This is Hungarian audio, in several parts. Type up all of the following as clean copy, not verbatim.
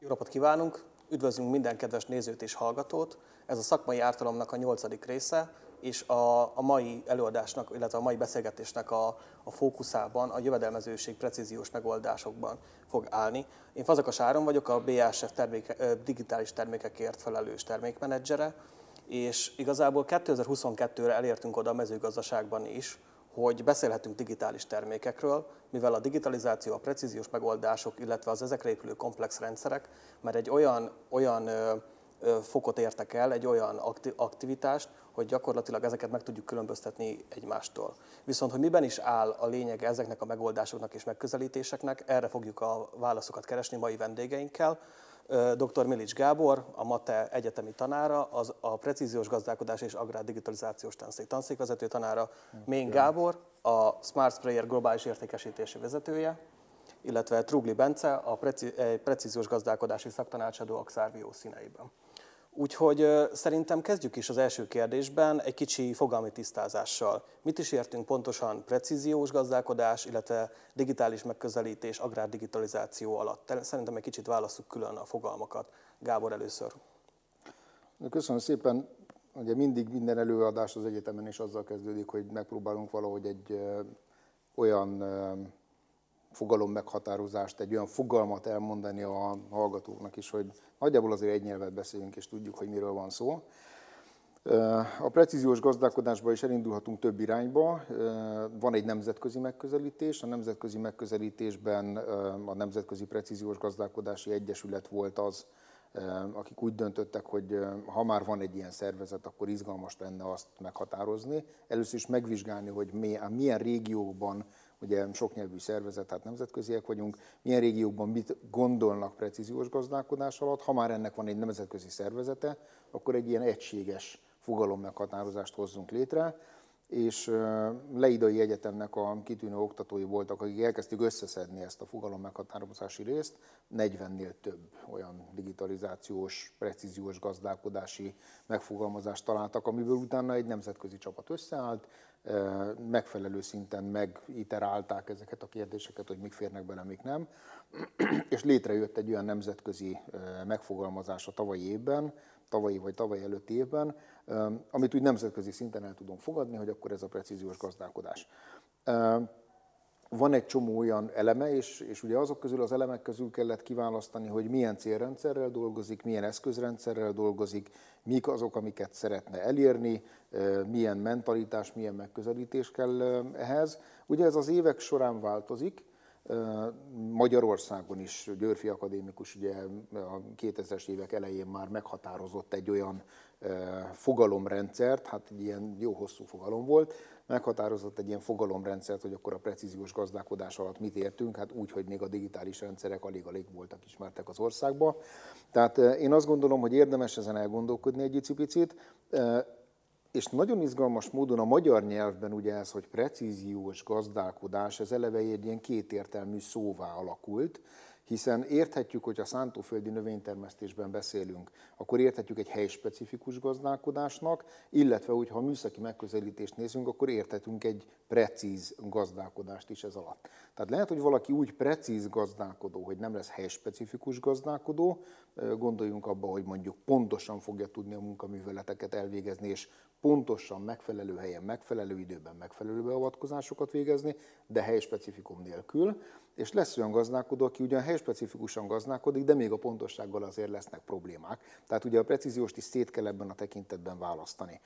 Jó napot kívánunk! Üdvözlünk minden kedves nézőt és hallgatót! Ez a szakmai ártalomnak a 8. része, és a mai előadásnak, illetve a mai beszélgetésnek a fókuszában a jövedelmezőség precíziós megoldásokban fog állni. Én Fazekas Áron vagyok, a BASF digitális termékekért felelős termékmenedzsere, és igazából 2022-re elértünk oda a mezőgazdaságban is, hogy beszélhetünk digitális termékekről, mivel a digitalizáció, a precíziós megoldások, illetve az ezekre épülő komplex rendszerek már egy olyan fokot értek el, egy olyan aktivitást, hogy gyakorlatilag ezeket meg tudjuk különböztetni egymástól. Viszont, hogy miben is áll a lényege ezeknek a megoldásoknak és megközelítéseknek, erre fogjuk a válaszokat keresni mai vendégeinkkel. Dr. Milics Gábor, a MATE egyetemi tanára, a precíziós gazdálkodás és agrárdigitalizációs tanszékvezető tanára, Mény Gábor, a Smart Sprayer globális értékesítési vezetője, illetve Trugli Bence, a precíziós gazdálkodási szaktanácsadó a Xarvio színeiben. Úgyhogy szerintem kezdjük is az első kérdésben egy kicsi fogalmi tisztázással. Mit is értünk pontosan precíziós gazdálkodás, illetve digitális megközelítés, agrárdigitalizáció alatt? Szerintem egy kicsit válasszuk külön a fogalmakat. Gábor először. Köszönöm szépen. Ugye mindig minden előadás az egyetemen is azzal kezdődik, hogy megpróbálunk valahogy egy olyan fogalom meghatározást, egy olyan fogalmat elmondani a hallgatóknak is, hogy nagyjából azért egy nyelvet beszélünk, és tudjuk, hogy miről van szó. A precíziós gazdálkodásban is elindulhatunk több irányba. Van egy nemzetközi megközelítés. A nemzetközi megközelítésben a Nemzetközi Precíziós Gazdálkodási Egyesület volt az, akik úgy döntöttek, hogy ha már van egy ilyen szervezet, akkor izgalmas lenne azt meghatározni. Először is megvizsgálni, hogy milyen régiókban, ugye soknyelvű szervezet, tehát nemzetköziek vagyunk, milyen régiókban mit gondolnak precíziós gazdálkodás alatt. Ha már ennek van egy nemzetközi szervezete, akkor egy ilyen egységes fogalom meghatározást hozzunk létre, és Leidai Egyetemnek a kitűnő oktatói voltak, akik elkezdték összeszedni ezt a fogalom meghatározási részt. 40-nél több olyan digitalizációs, precíziós gazdálkodási megfogalmazást találtak, amiből utána egy nemzetközi csapat összeállt, megfelelő szinten megiterálták ezeket a kérdéseket, hogy mik férnek bele, mik nem, és létrejött egy olyan nemzetközi megfogalmazás a tavalyi vagy tavaly előtti évben, amit úgy nemzetközi szinten el tudunk fogadni, hogy akkor ez a precíziós gazdálkodás. Van egy csomó olyan eleme, és ugye azok közül az elemek közül kellett kiválasztani, hogy milyen célrendszerrel dolgozik, milyen eszközrendszerrel dolgozik, mik azok, amiket szeretne elérni, milyen mentalitás, milyen megközelítés kell ehhez. Ugye ez az évek során változik. Magyarországon is Györfi akadémikus ugye a 2000-es évek elején már meghatározott egy olyan fogalomrendszert, hát egy ilyen jó hosszú fogalom volt, meghatározott egy ilyen fogalomrendszert, hogy akkor a precíziós gazdálkodás alatt mit értünk, hát úgy, hogy még a digitális rendszerek alig-alig voltak ismertek az országban. Tehát én azt gondolom, hogy érdemes ezen elgondolkodni egy icipicit, és nagyon izgalmas módon a magyar nyelvben ugye ez, hogy precíziós gazdálkodás, ez eleve egy ilyen kétértelmű szóvá alakult, hiszen érthetjük, hogy a szántóföldi növénytermesztésben beszélünk, akkor érthetjük egy helyspecifikus gazdálkodásnak, illetve hogyha a műszaki megközelítést nézünk, akkor érthetünk egy precíz gazdálkodást is ez alatt. Tehát lehet, hogy valaki úgy precíz gazdálkodó, hogy nem lesz helyspecifikus gazdálkodó, gondoljunk abba, hogy mondjuk pontosan fogja tudni a munkaműveleteket elvégezni, és pontosan megfelelő helyen, megfelelő időben megfelelő beavatkozásokat végezni, de helyspecifikum nélkül. És lesz olyan gazdálkodó, aki ugyan helyspecifikusan gazdálkodik, de még a pontossággal azért lesznek problémák. Tehát ugye a precízióst is szét kell ebben a tekintetben választani.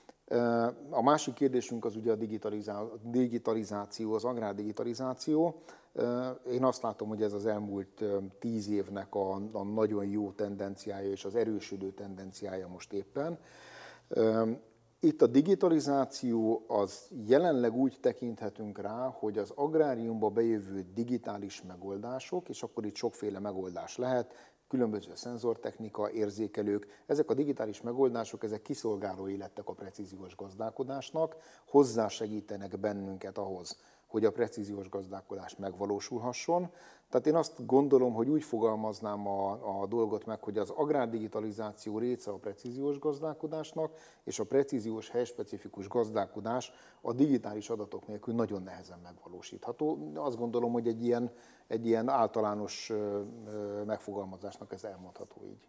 A másik kérdésünk az ugye a digitalizáció, az agrárdigitalizáció. Én azt látom, hogy ez az elmúlt 10 évnek a nagyon jó tendenciája és az erősödő tendenciája most éppen. Itt a digitalizáció az jelenleg úgy tekinthetünk rá, hogy az agráriumba bejövő digitális megoldások, és akkor itt sokféle megoldás lehet, különböző szenzortechnika, érzékelők, ezek a digitális megoldások, ezek kiszolgálói lettek a precíziós gazdálkodásnak, hozzásegítenek bennünket ahhoz, hogy a precíziós gazdálkodás megvalósulhasson. Tehát én azt gondolom, hogy úgy fogalmaznám a dolgot meg, hogy az agrárdigitalizáció része a precíziós gazdálkodásnak, és a precíziós helyspecifikus gazdálkodás a digitális adatok nélkül nagyon nehezen megvalósítható. Azt gondolom, hogy egy ilyen általános megfogalmazásnak ez elmondható így.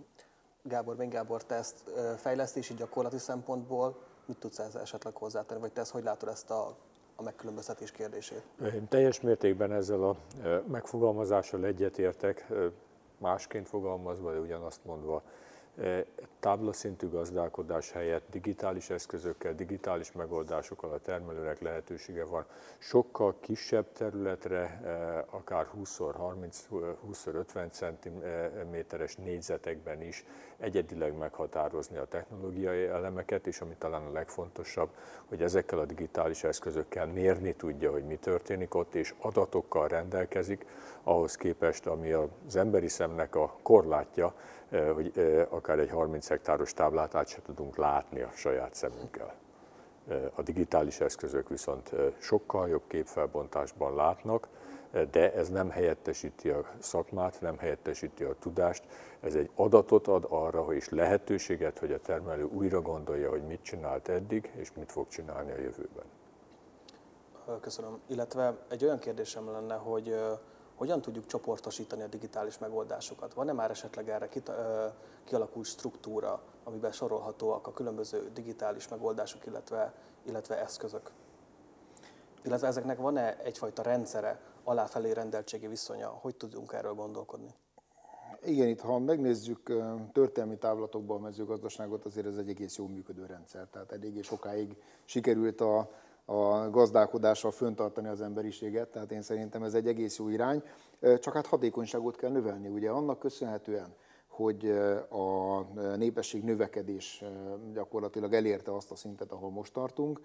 Gábor, te ezt fejlesztési gyakorlati szempontból mit tudsz ezzel esetleg hozzátenni, vagy te ezt hogy látod ezt a megkülönböztetés kérdését? Én teljes mértékben ezzel a megfogalmazással egyetértek, másként fogalmazva, de ugyanazt mondva. Táblaszintű gazdálkodás helyett digitális eszközökkel, digitális megoldásokkal a termelőnek lehetősége van sokkal kisebb területre, akár 20x30, 20x50 cm-es négyzetekben is egyedileg meghatározni a technológiai elemeket, és ami talán a legfontosabb, hogy ezekkel a digitális eszközökkel mérni tudja, hogy mi történik ott, és adatokkal rendelkezik, ahhoz képest, ami az emberi szemnek a korlátja, hogy akár egy 30 hektáros táblát át se tudunk látni a saját szemünkkel. A digitális eszközök viszont sokkal jobb képfelbontásban látnak, de ez nem helyettesíti a szakmát, nem helyettesíti a tudást. Ez egy adatot ad arra, és lehetőséget, hogy a termelő újra gondolja, hogy mit csinált eddig, és mit fog csinálni a jövőben. Köszönöm. Illetve egy olyan kérdésem lenne, hogy hogyan tudjuk csoportosítani a digitális megoldásokat? Van-e már esetleg erre kialakult struktúra, amiben sorolhatóak a különböző digitális megoldások, illetve eszközök? Illetve ezeknek van-e egyfajta rendszere, aláfelé rendeltségi viszonya? Hogy tudunk erről gondolkodni? Igen, itt ha megnézzük történelmi távlatokban a mezőgazdaságot, azért ez egy egész jól működő rendszer. Tehát eléggé sokáig sikerült a gazdálkodással föntartani az emberiséget, tehát én szerintem ez egy egész jó irány, csak hát hatékonyságot kell növelni, ugye annak köszönhetően, hogy a népesség növekedés gyakorlatilag elérte azt a szintet, ahol most tartunk.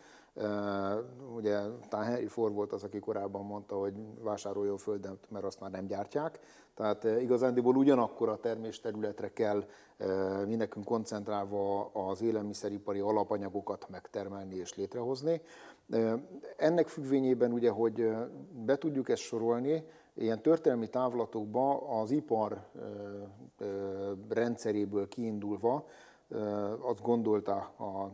Ugye talán Henry Ford volt az, aki korábban mondta, hogy vásároljon földet, mert azt már nem gyártják. Tehát igazándiból ugyanakkor a termésterületre kell mi nekünk koncentrálva az élelmiszeripari alapanyagokat megtermelni és létrehozni. Ennek függvényében ugye, hogy be tudjuk ezt sorolni, ilyen történelmi távlatokban az ipar rendszeréből kiindulva azt gondolta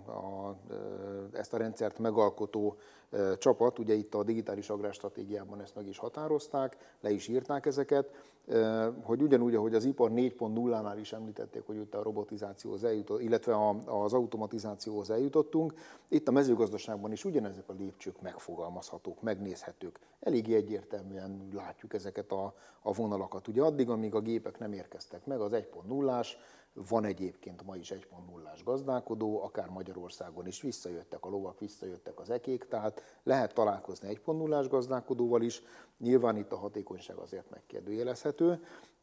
ezt a rendszert megalkotó csapat, ugye itt a digitális agrárstratégiában ezt meg is határozták, le is írták ezeket, hogy ugyanúgy, ahogy az ipar 4.0-nál is említették, hogy itt a robotizációhoz eljutott, illetve az automatizációhoz eljutottunk, itt a mezőgazdaságban is ugyanezek a lépcsők megfogalmazhatók, megnézhetők. Eléggé egyértelműen látjuk ezeket a vonalakat. Ugye addig, amíg a gépek nem érkeztek meg, az 1.0-ás, van egyébként ma is 1.0-ás gazdálkodó, akár Magyarországon is visszajöttek a lovak, visszajöttek az ekék, tehát lehet találkozni 1.0-ás gazdálkodóval is, nyilván itt a hatékonyság azért megkérdőjelezhető.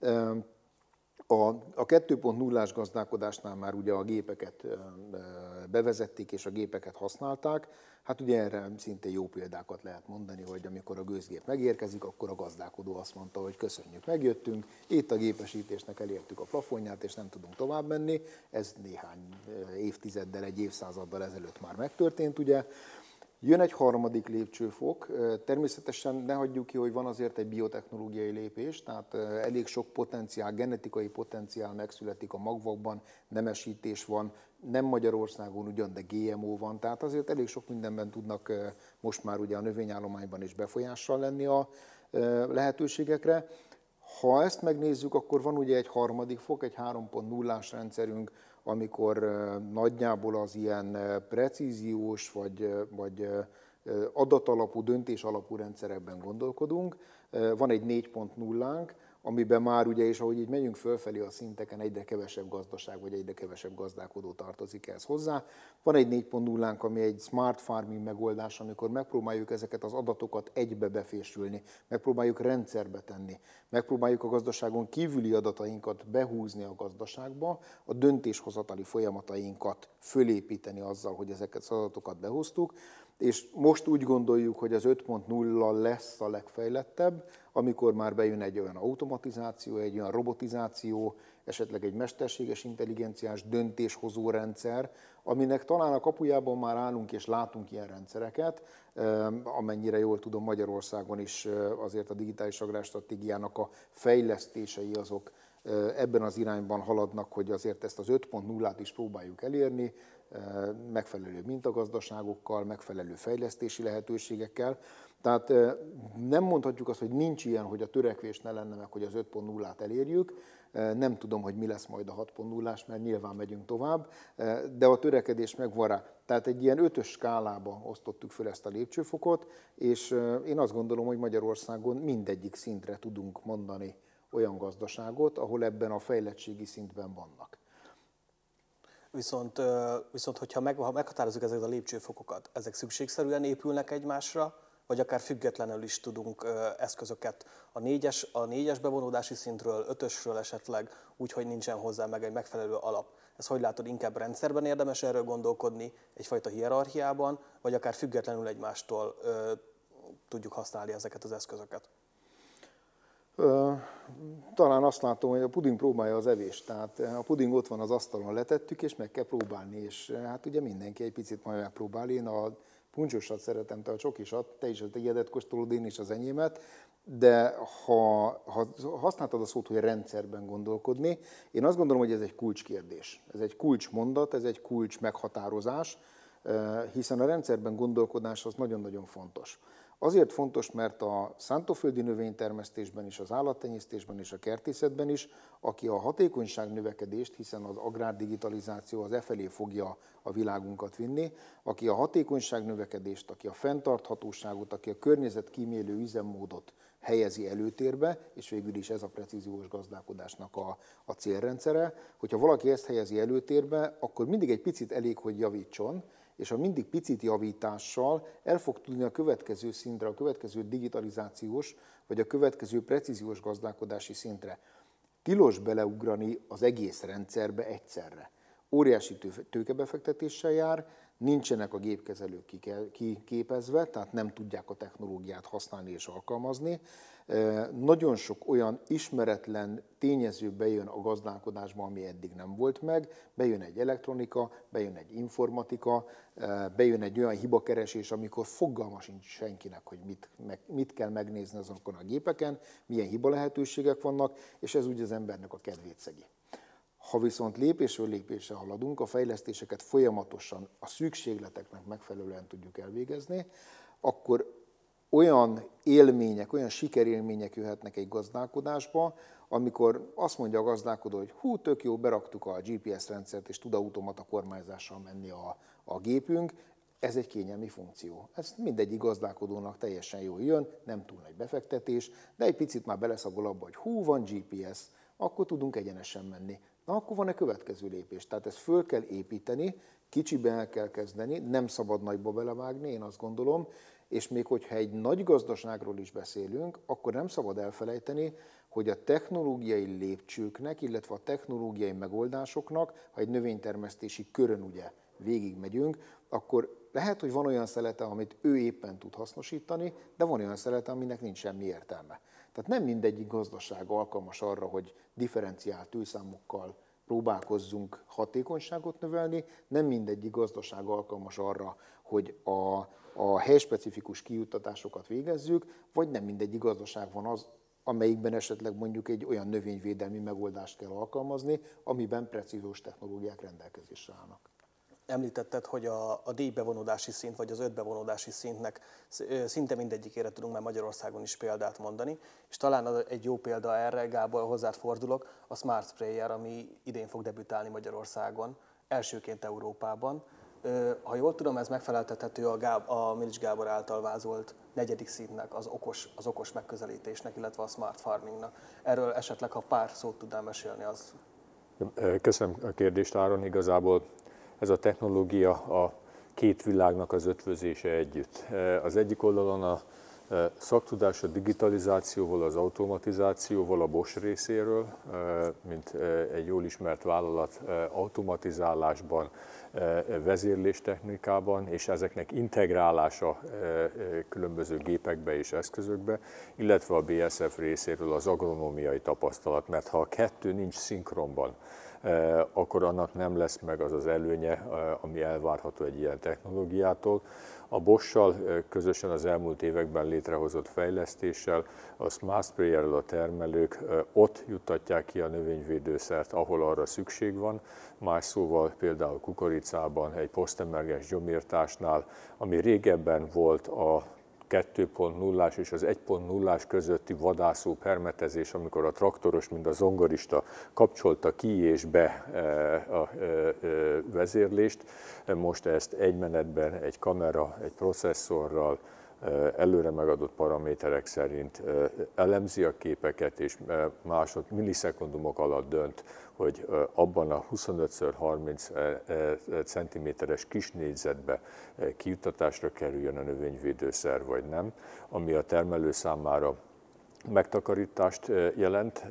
A 2.0-ás gazdálkodásnál már ugye a gépeket bevezették és a gépeket használták. Hát ugye erre szintén jó példákat lehet mondani, hogy amikor a gőzgép megérkezik, akkor a gazdálkodó azt mondta, hogy köszönjük, megjöttünk, itt a gépesítésnek elértük a plafonját, és nem tudunk tovább menni. Ez néhány évtizeddel, egy évszázaddal ezelőtt már megtörtént, ugye. Jön egy harmadik lépcsőfok, természetesen ne hagyjuk ki, hogy van azért egy biotechnológiai lépés, tehát elég sok potenciál, genetikai potenciál megszületik a magvakban, nemesítés van, nem Magyarországon ugyan, de GMO van, tehát azért elég sok mindenben tudnak most már ugye a növényállományban is befolyással lenni a lehetőségekre. Ha ezt megnézzük, akkor van ugye egy harmadik fok, egy 3.0-ás rendszerünk, amikor nagyjából az ilyen precíziós vagy adatalapú, döntésalapú rendszerekben gondolkodunk. Van egy 4.0-ánk, amiben már ugye, és ahogy így megyünk fölfelé a szinteken, egyre kevesebb gazdaság vagy egyre kevesebb gazdálkodó tartozik ehhez hozzá. Van egy 4.0-ánk, ami egy smart farming megoldás, amikor megpróbáljuk ezeket az adatokat egybe befésülni, megpróbáljuk rendszerbe tenni, megpróbáljuk a gazdaságon kívüli adatainkat behúzni a gazdaságba, a döntéshozatali folyamatainkat fölépíteni azzal, hogy ezeket az adatokat behoztuk. És most úgy gondoljuk, hogy az 5.0 lesz a legfejlettebb, amikor már bejön egy olyan automatizáció, egy olyan robotizáció, esetleg egy mesterséges intelligenciás döntéshozó rendszer, aminek talán a kapujában már állunk és látunk ilyen rendszereket, amennyire jól tudom, Magyarországon is azért a digitális agrárstratégiának a fejlesztései azok ebben az irányban haladnak, hogy azért ezt az 5.0-át is próbáljuk elérni, megfelelő mintagazdaságokkal, megfelelő fejlesztési lehetőségekkel. Tehát nem mondhatjuk azt, hogy nincs ilyen, hogy a törekvés ne lenne meg, hogy az 5.0-át elérjük. Nem tudom, hogy mi lesz majd a 6.0-ás, mert nyilván megyünk tovább, de a törekedés megvan rá. Tehát egy ilyen 5-ös skálába osztottuk föl ezt a lépcsőfokot, és én azt gondolom, hogy Magyarországon mindegyik szintre tudunk mondani olyan gazdaságot, ahol ebben a fejlettségi szintben vannak. Viszont hogyha meghatározzuk ezeket a lépcsőfokokat, ezek szükségszerűen épülnek egymásra, vagy akár függetlenül is tudunk eszközöket a négyes bevonódási szintről, 5-ösről esetleg, úgyhogy nincsen hozzá meg egy megfelelő alap. Ez hogy látod, inkább rendszerben érdemes erről gondolkodni, egyfajta hierarchiában, vagy akár függetlenül egymástól tudjuk használni ezeket az eszközöket? Talán azt látom, hogy a puding próbálja az evést, tehát a puding ott van az asztalon, letettük, és meg kell próbálni, és hát ugye mindenki egy picit majd megpróbál. Én a puncsosat szeretem, te a csokisat, te is a tiédet kóstolod, én is az enyémet, de ha használtad a szót, hogy rendszerben gondolkodni, én azt gondolom, hogy ez egy kulcskérdés. Ez egy kulcsmondat, ez egy kulcs meghatározás, hiszen a rendszerben gondolkodás az nagyon-nagyon fontos. Azért fontos, mert a szántóföldi növénytermesztésben is, az állattenyésztésben és a kertészetben is, aki a hatékonyság növekedést, hiszen az agrárdigitalizáció az efelé fogja a világunkat vinni, aki a hatékonyság növekedést, aki a fenntarthatóságot, aki a környezetkímélő üzemmódot helyezi előtérbe, és végül is ez a precíziós gazdálkodásnak a célrendszere, hogyha valaki ezt helyezi előtérbe, akkor mindig egy picit elég, hogy javítson, és a mindig picit javítással el fog tudni a következő szintre, a következő digitalizációs, vagy a következő precíziós gazdálkodási szintre. Tilos beleugrani az egész rendszerbe egyszerre. Óriási tőkebefektetéssel jár, nincsenek a gépkezelők kiképezve, tehát nem tudják a technológiát használni és alkalmazni. Nagyon sok olyan ismeretlen tényező bejön a gazdálkodásba, ami eddig nem volt meg. Bejön egy elektronika, bejön egy informatika, bejön egy olyan hibakeresés, amikor fogalma sincs senkinek, hogy mit kell megnézni azokon a gépeken, milyen hiba lehetőségek vannak, és ez ugye az embernek a kedvét szegi. Ha viszont lépésről lépésre haladunk, a fejlesztéseket folyamatosan a szükségleteknek megfelelően tudjuk elvégezni, akkor olyan élmények, olyan sikerélmények jöhetnek egy gazdálkodásba, amikor azt mondja a gazdálkodó, hogy hú, tök jó, beraktuk a GPS rendszert, és tud automata kormányzással menni a gépünk, ez egy kényelmi funkció. Ez mindegyik gazdálkodónak teljesen jól jön, nem túl nagy befektetés, de egy picit már beleszagol abba, hogy hú, van GPS, akkor tudunk egyenesen menni. Na, akkor van egy következő lépés. Tehát ezt föl kell építeni, kicsibe el kell kezdeni, nem szabad nagyba belevágni, én azt gondolom, és még hogyha egy nagy gazdaságról is beszélünk, akkor nem szabad elfelejteni, hogy a technológiai lépcsőknek, illetve a technológiai megoldásoknak, ha egy növénytermesztési körön ugye végigmegyünk, akkor lehet, hogy van olyan szelete, amit ő éppen tud hasznosítani, de van olyan szelete, aminek nincs semmi értelme. Tehát nem mindegyik gazdaság alkalmas arra, hogy differenciált tőszámokkal próbálkozzunk hatékonyságot növelni, nem mindegyik gazdaság alkalmas arra, hogy a helyspecifikus kijuttatásokat végezzük, vagy nem mindegyik gazdaság van az, amelyikben esetleg mondjuk egy olyan növényvédelmi megoldást kell alkalmazni, amiben precíziós technológiák rendelkezésre állnak. Említetted, hogy a díjbevonódási szint, vagy az 5 bevonódási szintnek szinte mindegyikére tudunk már Magyarországon is példát mondani, és talán egy jó példa erre, Gábor, hozzád fordulok, a Smart Sprayer, ami idén fog debütálni Magyarországon, elsőként Európában. Ha jól tudom, ez megfeleltethető a Milics Gábor által vázolt 4. szintnek, az okos megközelítésnek, illetve a smart farmingnak. Erről esetleg, ha pár szót tudnál mesélni, az... Köszönöm a kérdést, Áron. Igazából ez a technológia a két világnak az ötvözése együtt. Az egyik oldalon a Szaktudás a digitalizációval, az automatizációval a Bosch részéről, mint egy jól ismert vállalat automatizálásban, vezérléstechnikában, és ezeknek integrálása különböző gépekbe és eszközökbe, illetve a BSF részéről az agronómiai tapasztalat, mert ha a kettő nincs szinkronban, akkor annak nem lesz meg az az előnye, ami elvárható egy ilyen technológiától. A Bosch-sal közösen az elmúlt években létrehozott fejlesztéssel, a Smart Sprayer-rel a termelők ott juttatják ki a növényvédőszert, ahol arra szükség van. Más szóval például kukoricában, egy posztemergens gyomírtásnál, ami régebben volt a 2.0-ás és az 1.0-ás közötti vadászó permetezés, amikor a traktoros, mint a zongorista kapcsolta ki és be a vezérlést. Most ezt egy menetben, egy kamera, egy processzorral, előre megadott paraméterek szerint elemzi a képeket, és millisekundumok alatt dönt, hogy abban a 25x30 cm-es kis négyzetbe kijuttatásra kerüljön a növényvédőszer, vagy nem, ami a termelő számára megtakarítást jelent,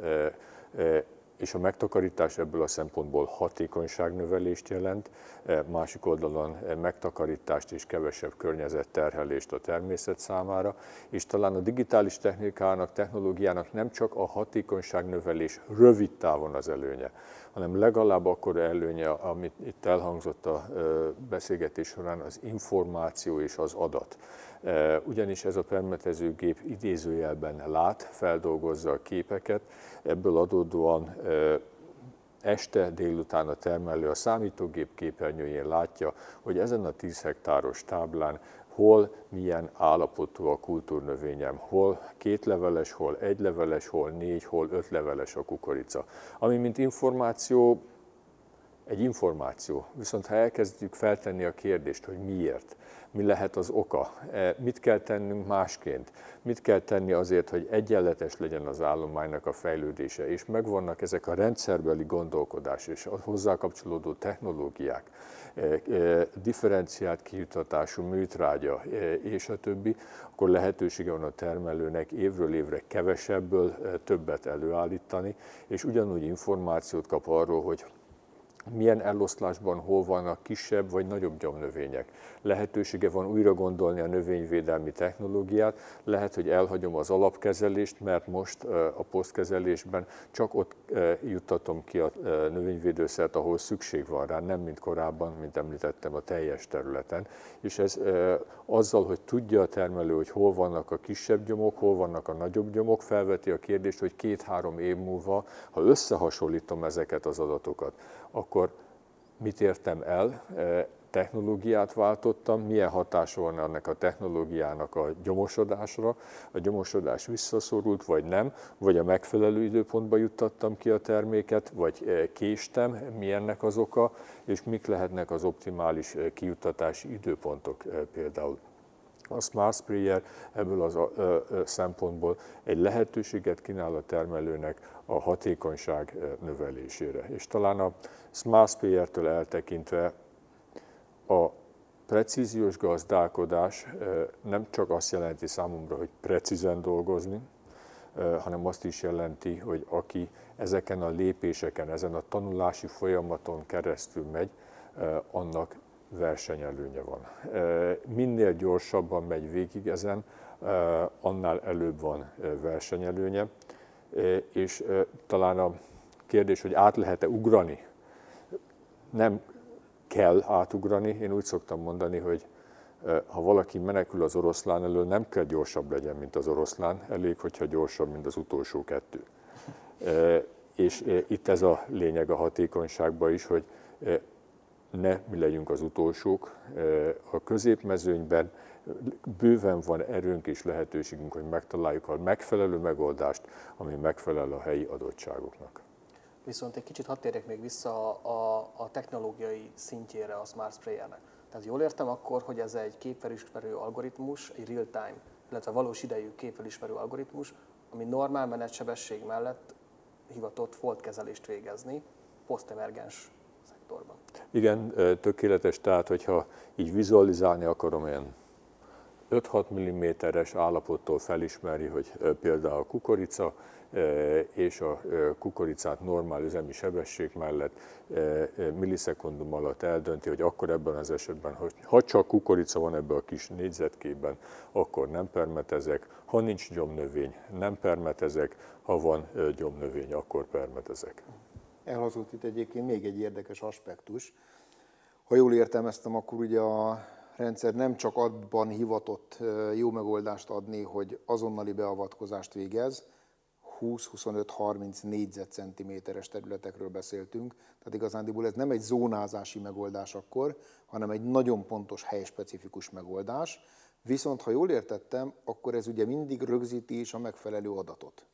és a megtakarítás ebből a szempontból hatékonyságnövelést jelent, másik oldalon megtakarítást és kevesebb környezetterhelést a természet számára, és talán a digitális technológiának nem csak a hatékonyságnövelés rövid távon az előnye, hanem legalább akkora előnye, amit itt elhangzott a beszélgetés során, az információ és az adat. Ugyanis ez a permetezőgép idézőjelben lát, feldolgozza a képeket, ebből adódóan este, délután a termelő a számítógép képernyőjén látja, hogy ezen a 10 hektáros táblán hol milyen állapotú a kultúrnövényem, hol 2 leveles, hol 1 leveles, hol 4, hol 5 leveles a kukorica. Ami mint információ, egy információ, viszont ha elkezdjük feltenni a kérdést, hogy miért, mi lehet az oka, mit kell tennünk másként, mit kell tenni azért, hogy egyenletes legyen az állománynak a fejlődése, és megvannak ezek a rendszerbeli gondolkodás és a hozzá kapcsolódó technológiák, differenciált kijutatású műtrágya és a többi, akkor lehetősége van a termelőnek évről évre kevesebből többet előállítani, és ugyanúgy információt kap arról, hogy milyen eloszlásban hol vannak kisebb vagy nagyobb gyomnövények. Lehetősége van újra gondolni a növényvédelmi technológiát, lehet, hogy elhagyom az alapkezelést, mert most a posztkezelésben csak ott juttatom ki a növényvédőszert, ahol szükség van rá, nem mint korábban, mint említettem, a teljes területen. És ez azzal, hogy tudja a termelő, hogy hol vannak a kisebb gyomok, hol vannak a nagyobb gyomok, felveti a kérdést, hogy 2-3 év múlva, ha összehasonlítom ezeket az adatokat, akkor mit értem el, technológiát váltottam, milyen hatása van ennek a technológiának a gyomosodásra, a gyomosodás visszaszorult, vagy nem, vagy a megfelelő időpontba juttattam ki a terméket, vagy késtem, mi ennek az oka, és mik lehetnek az optimális kijuttatási időpontok például. A Smart Sprayer ebből az szempontból egy lehetőséget kínál a termelőnek a hatékonyság növelésére. És talán a Smart Sprayer-től eltekintve a precíziós gazdálkodás nem csak azt jelenti számomra, hogy precízen dolgozni, hanem azt is jelenti, hogy aki ezeken a lépéseken, ezen a tanulási folyamaton keresztül megy, annak versenyelőnye van. Minél gyorsabban megy végig ezen, annál előbb van versenyelőnye, és talán a kérdés, hogy át lehet-e ugrani, nem kell átugrani. Én úgy szoktam mondani, hogy ha valaki menekül az oroszlán elől, nem kell gyorsabb legyen, mint az oroszlán, elég, hogyha gyorsabb, mint az utolsó 2. És itt ez a lényeg a hatékonyságban is, hogy ne mi legyünk az utolsók. A középmezőnyben bőven van erőnk és lehetőségünk, hogy megtaláljuk a megfelelő megoldást, ami megfelel a helyi adottságoknak. Viszont egy kicsit hadd térjek még vissza a technológiai szintjére a Smart Sprayernek. Tehát jól értem akkor, hogy ez egy képfelismerő algoritmus, egy real-time, illetve valós idejű képfelismerő algoritmus, ami normál menetsebesség mellett hivatott foltkezelést végezni posztemergens szektorban. Igen, tökéletes, tehát hogyha így vizualizálni akarom, olyan 5-6 mm-es állapottól felismeri, hogy például a kukorica, és a kukoricát normál üzemi sebesség mellett millisekundum alatt eldönti, hogy akkor ebben az esetben, ha csak kukorica van ebben a kis négyzetképben, akkor nem permetezek, ha nincs gyomnövény, nem permetezek, ha van gyomnövény, akkor permetezek. Elhangzott itt egyébként még egy érdekes aspektus. Ha jól értelmeztem, akkor ugye a rendszer nem csak abban hivatott jó megoldást adni, hogy azonnali beavatkozást végez, 20-25-30 négyzetcentiméteres területekről beszéltünk, tehát igazándiból ez nem egy zónázási megoldás akkor, hanem egy nagyon pontos helyspecifikus megoldás, viszont ha jól értettem, akkor ez ugye mindig rögzíti is a megfelelő adatot.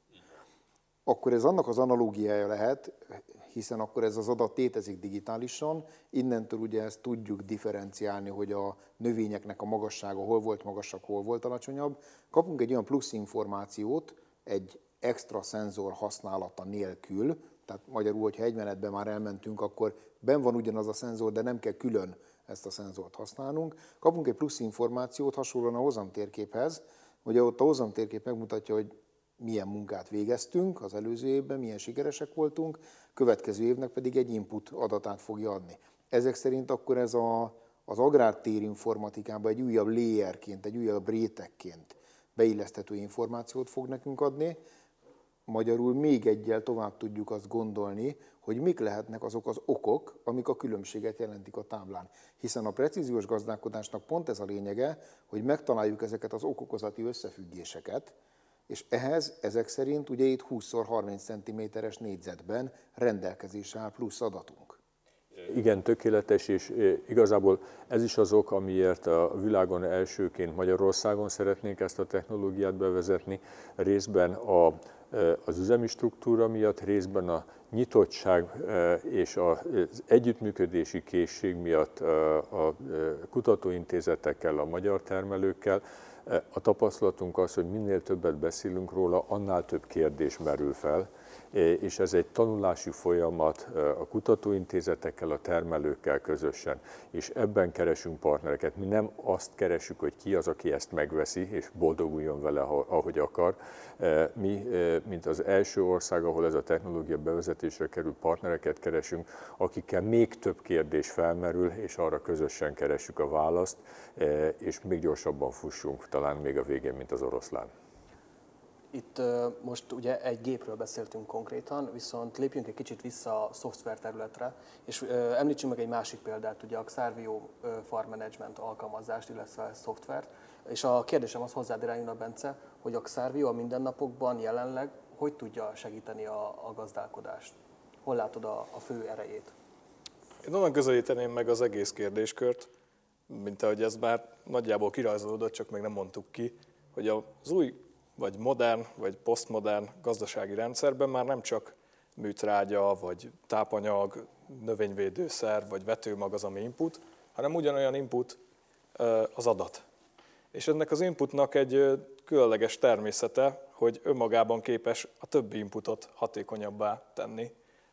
Akkor ez annak az analógiája lehet, hiszen akkor ez az adat létezik digitálisan, innentől ugye ezt tudjuk differenciálni, hogy a növényeknek a magassága hol volt magasabb, hol volt alacsonyabb. Kapunk egy olyan plusz információt, egy extra szenzor használata nélkül, tehát magyarul, hogyha egy menetben már elmentünk, akkor benn van ugyanaz a szenzor, de nem kell külön ezt a szenzort használnunk. Kapunk egy plusz információt hasonlóan a hozamtérképhez, ugye ott a hozamtérkép megmutatja, hogy milyen munkát végeztünk az előző évben, milyen sikeresek voltunk, következő évnek pedig egy input adatát fogja adni. Ezek szerint akkor ez az agrártérinformatikában egy újabb layerként, egy újabb rétegként beilleszthető információt fog nekünk adni. Magyarul még egyel tovább tudjuk azt gondolni, hogy mik lehetnek azok az okok, amik a különbséget jelentik a táblán. Hiszen a precíziós gazdálkodásnak pont ez a lényege, hogy megtaláljuk ezeket az okokozati összefüggéseket, és ehhez ezek szerint ugye itt 20x30 cm-es négyzetben rendelkezésre áll plusz adatunk. Igen, tökéletes, és igazából ez is az ok, amiért a világon elsőként Magyarországon szeretnénk ezt a technológiát bevezetni, részben az üzemi struktúra miatt, részben a nyitottság és az együttműködési készség miatt a kutatóintézetekkel, a magyar termelőkkel. A tapasztalatunk az, hogy minél többet beszélünk róla, annál több kérdés merül fel, és ez egy tanulási folyamat a kutatóintézetekkel, a termelőkkel közösen, és ebben keresünk partnereket. Mi nem azt keresünk, hogy ki az, aki ezt megveszi, és boldoguljon vele, ahogy akar. Mi, mint az első ország, ahol ez a technológia bevezetésre kerül, partnereket keresünk, akikkel még több kérdés felmerül, és arra közösen keresjük a választ, és még gyorsabban fussunk, talán még a végén, mint az oroszlán. Itt most ugye egy gépről beszéltünk konkrétan, viszont lépjünk egy kicsit vissza a szoftver területre, és említsünk meg egy másik példát, ugye a Xarvio Farm Management alkalmazást, illetve szoftvert. És a kérdésem az hozzád irányulna, Bence, hogy a Xarvio a mindennapokban jelenleg hogy tudja segíteni a gazdálkodást? Hol látod a fő erejét? Én onnan közelíteném meg az egész kérdéskört, mint ahogy ez már nagyjából kirajzolódott, csak még nem mondtuk ki, hogy az új vagy modern, vagy posztmodern gazdasági rendszerben már nem csak műtrágya, vagy tápanyag, növényvédőszer, vagy vetőmag az, ami input, hanem ugyanolyan input az adat. És ennek az inputnak egy különleges természete, hogy önmagában képes a többi inputot hatékonyabbá tenni,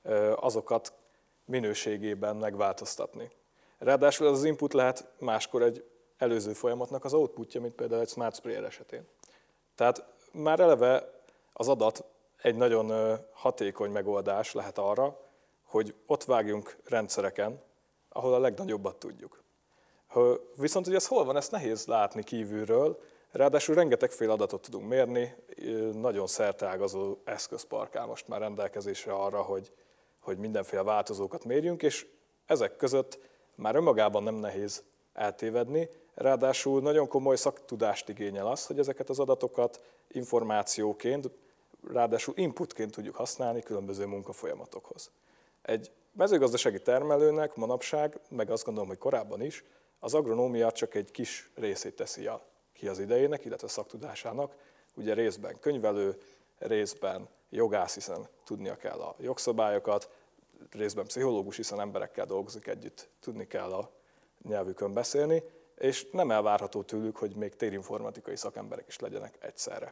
azokat minőségében megváltoztatni. Ráadásul az input lehet máskor egy előző folyamatnak az outputja, mint például egy Smart Sprayer esetén. Tehát már eleve az adat egy nagyon hatékony megoldás lehet arra, hogy ott vágjunk rendszereken, ahol a legnagyobbat tudjuk. Viszont hogy ez hol van, ezt nehéz látni kívülről, ráadásul rengetegféle adatot tudunk mérni, nagyon szerteágazó eszközpark áll most már rendelkezésre arra, hogy mindenféle változókat mérjünk, és ezek között már önmagában nem nehéz eltévedni, ráadásul nagyon komoly szaktudást igényel az, hogy ezeket az adatokat információként, ráadásul inputként tudjuk használni különböző munkafolyamatokhoz. Egy mezőgazdasági termelőnek manapság, meg azt gondolom, hogy korábban is, az agronómia csak egy kis részét teszi ki az idejének, illetve szaktudásának. Ugye részben könyvelő, részben jogász, hiszen tudnia kell a jogszabályokat, részben pszichológus, hiszen emberekkel dolgozik együtt, tudni kell a nyelvükön beszélni, és nem elvárható tőlük, hogy még térinformatikai szakemberek is legyenek egyszerre.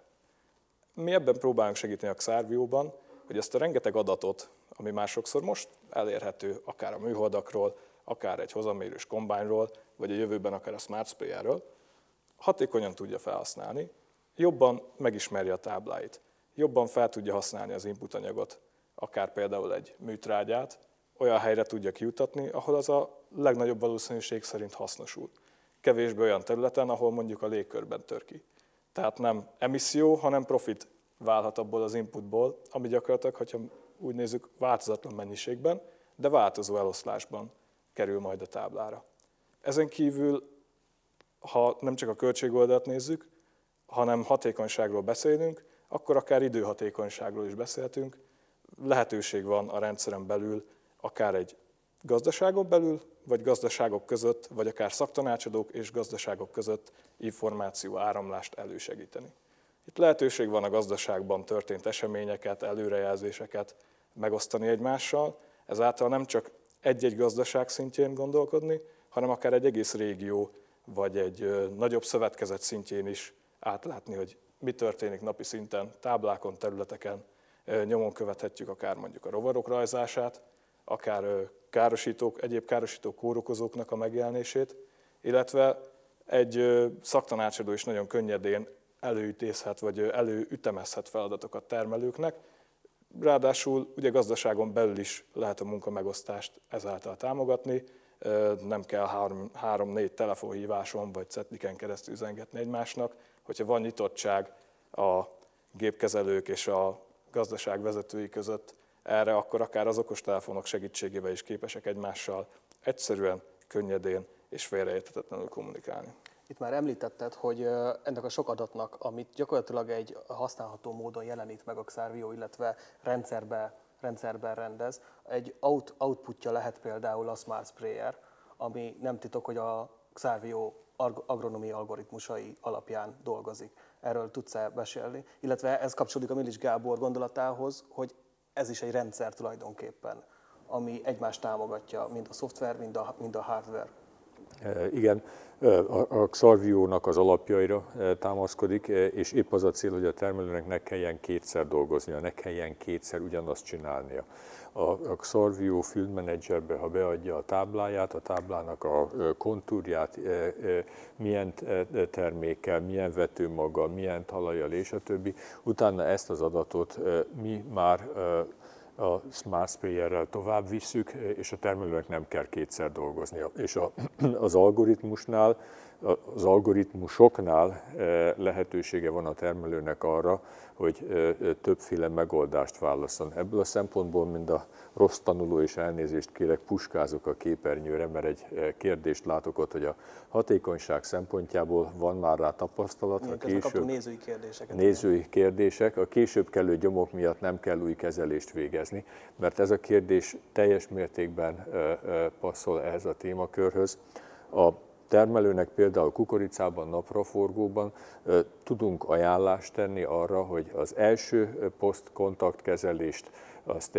Mi ebben próbálunk segíteni a Xarvio-ban, hogy ezt a rengeteg adatot, ami már sokszor most elérhető, akár a műholdakról, akár egy hozammérős kombányról, vagy a jövőben akár a Smart Sprayerről, hatékonyan tudja felhasználni, jobban megismerje a tábláit, jobban fel tudja használni az input anyagot, akár például egy műtrágyát, olyan helyre tudja kijutatni, ahol az a legnagyobb valószínűség szerint hasznosul. Kevésbé olyan területen, ahol mondjuk a légkörben tör ki. Tehát nem emisszió, hanem profit válhat abból az inputból, ami gyakorlatilag, hogyha úgy nézzük, változatlan mennyiségben, de változó eloszlásban kerül majd a táblára. Ezen kívül, ha nem csak a költségoldalt nézzük, hanem hatékonyságról beszélünk, akkor akár időhatékonyságról is beszéltünk. Lehetőség van a rendszeren belül, akár egy gazdaságon belül, vagy gazdaságok között, vagy akár szaktanácsadók és gazdaságok között információ áramlást elősegíteni. Itt lehetőség van a gazdaságban történt eseményeket, előrejelzéseket megosztani egymással, ezáltal nem csak egy-egy gazdaság szintjén gondolkodni, hanem akár egy egész régió, vagy egy nagyobb szövetkezet szintjén is átlátni, hogy mi történik napi szinten, táblákon, területeken, nyomon követhetjük akár mondjuk a rovarok rajzását, akár egyéb károsító kórokozóknak a megjelenését, illetve egy szaktanácsadó is nagyon könnyedén előidézhet, vagy előütemezhet feladatokat termelőknek. Ráadásul ugye gazdaságon belül is lehet a munkamegosztást ezáltal támogatni, nem kell 3-4 telefonhíváson vagy cetliken keresztül üzengetni egymásnak, hogyha van nyitottság a gépkezelők és a gazdaság vezetői között erre, akkor akár az okostelefonok segítségével is képesek egymással egyszerűen, könnyedén és félreérthetetlenül kommunikálni. Itt már említetted, hogy ennek a sok adatnak, amit gyakorlatilag egy használható módon jelenít meg a Xarvio, illetve rendszerben rendez, egy outputja lehet például a Smart Sprayer, ami nem titok, hogy a Xarvio agronomi algoritmusai alapján dolgozik. Erről tudsz-e beszélni? Illetve ez kapcsolódik a Milics Gábor gondolatához, hogy ez is egy rendszer tulajdonképpen, ami egymást támogatja, mind a szoftver, mind a hardware. Igen, a Xarvio-nak az alapjaira támaszkodik, és épp az a cél, hogy a termelőnek ne kelljen kétszer dolgoznia, ne kelljen kétszer ugyanazt csinálnia. A Xarvio Field Managerbe, ha beadja a tábláját, a táblának a kontúrját, milyen termékkel, milyen vetőmaggal, milyen talajjal és a többi, utána ezt az adatot mi már a Smart Sprayerrel tovább visszük, és a termelőnek nem kell kétszer dolgoznia. És az algoritmusoknál lehetősége van a termelőnek arra, hogy többféle megoldást válasszon. Ebből a szempontból, mind a rossz tanuló, és elnézést kérek, puskázok a képernyőre, mert egy kérdést látok ott, hogy a hatékonyság szempontjából van már rá tapasztalat. Nézői kérdések. A később kelő gyomok miatt nem kell új kezelést végezni, mert ez a kérdés teljes mértékben passzol ehhez a témakörhöz. A termelőnek például kukoricában, napraforgóban tudunk ajánlást tenni arra, hogy az első posztkontaktkezelést azt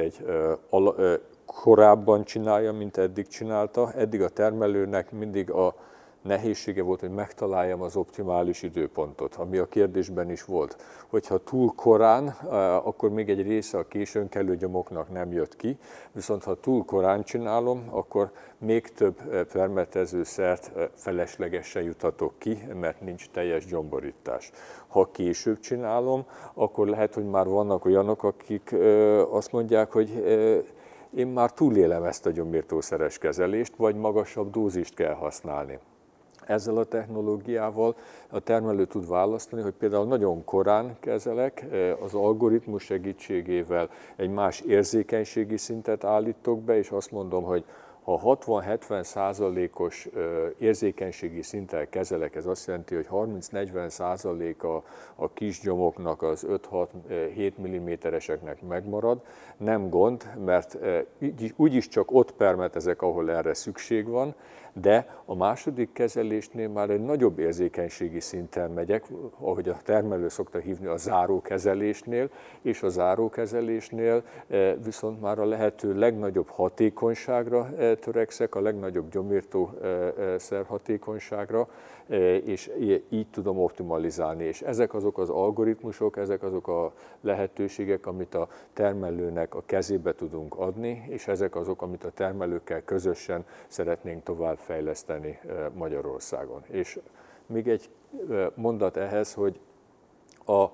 korábban csinálja, mint eddig csinálta. Eddig a termelőnek mindig a nehézsége volt, hogy megtaláljam az optimális időpontot, ami a kérdésben is volt. Hogyha túl korán, akkor még egy része a későn kelő gyomoknak nem jött ki, viszont ha túl korán csinálom, akkor még több permetezőszert feleslegesen juthatok ki, mert nincs teljes gyomborítás. Ha később csinálom, akkor lehet, hogy már vannak olyanok, akik azt mondják, hogy én már túlélem ezt a gyomírtószeres kezelést, vagy magasabb dózist kell használni. Ezzel a technológiával a termelő tud választani, hogy például nagyon korán kezelek, az algoritmus segítségével egy más érzékenységi szintet állítok be, és azt mondom, hogy ha 60-70%-os érzékenységi szinttel kezelek, ez azt jelenti, hogy 30-40% a kisgyomoknak, az 5-6-7 mm-eseknek megmarad, nem gond, mert úgyis csak ott permetezek, ahol erre szükség van, de a második kezelésnél már egy nagyobb érzékenységi szinten megyek, ahogy a termelő szokta hívni a zárókezelésnél, és a zárókezelésnél viszont már a lehető legnagyobb hatékonyságra törekszek, a legnagyobb gyomírtószer hatékonyságra, és így tudom optimalizálni. És ezek azok az algoritmusok, ezek azok a lehetőségek, amit a termelőnek a kezébe tudunk adni, és ezek azok, amit a termelőkkel közösen szeretnénk tovább fejleszteni Magyarországon. És Még egy mondat ehhez, hogy a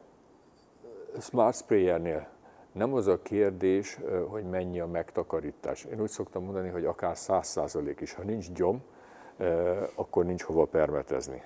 Smart Sprayernél nem az a kérdés, hogy mennyi a megtakarítás. Én úgy szoktam mondani, hogy akár 100% is. Ha nincs gyom, akkor nincs hova permetezni.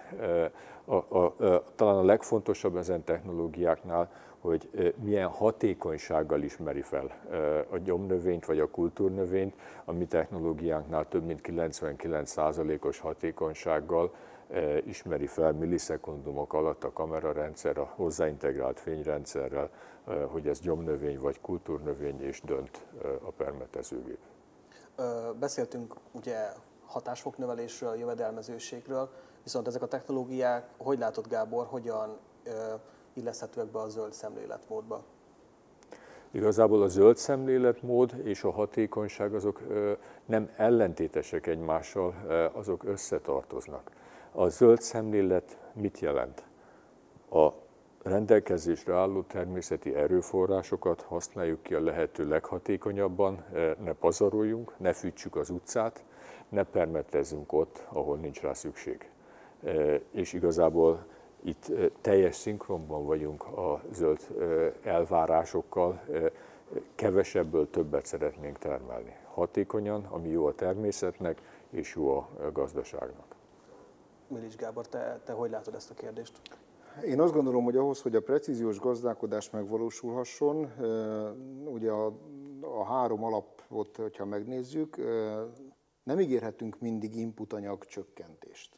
Talán a legfontosabb ezen technológiáknál, hogy milyen hatékonysággal ismeri fel a gyomnövényt vagy a kultúrnövényt. A mi technológiánknál több mint 99%-os hatékonysággal ismeri fel millisekundumok alatt a kamerarendszer, a hozzáintegrált fényrendszerrel, hogy ez gyomnövény vagy kultúrnövény, és dönt a permetezőgép. Beszéltünk ugye hatásfoknövelésről, jövedelmezőségről, viszont ezek a technológiák, hogy látod Gábor, hogyan illeszthetőek be a zöld szemléletmódba? Igazából a zöld szemléletmód és a hatékonyság azok nem ellentétesek egymással, azok összetartoznak. A zöld szemlélet mit jelent? A rendelkezésre álló természeti erőforrásokat használjuk ki a lehető leghatékonyabban, ne pazaroljunk, ne fűtsük az utcát, ne permetezzünk ott, ahol nincs rá szükség. És igazából itt teljes szinkronban vagyunk a zöld elvárásokkal, kevesebből többet szeretnénk termelni. Hatékonyan, ami jó a természetnek és jó a gazdaságnak. Milics Gábor, te hogy látod ezt a kérdést? Én azt gondolom, hogy ahhoz, hogy a precíziós gazdálkodás megvalósulhasson, ugye a három alapot, hogyha megnézzük, nem ígérhetünk mindig inputanyag csökkentést.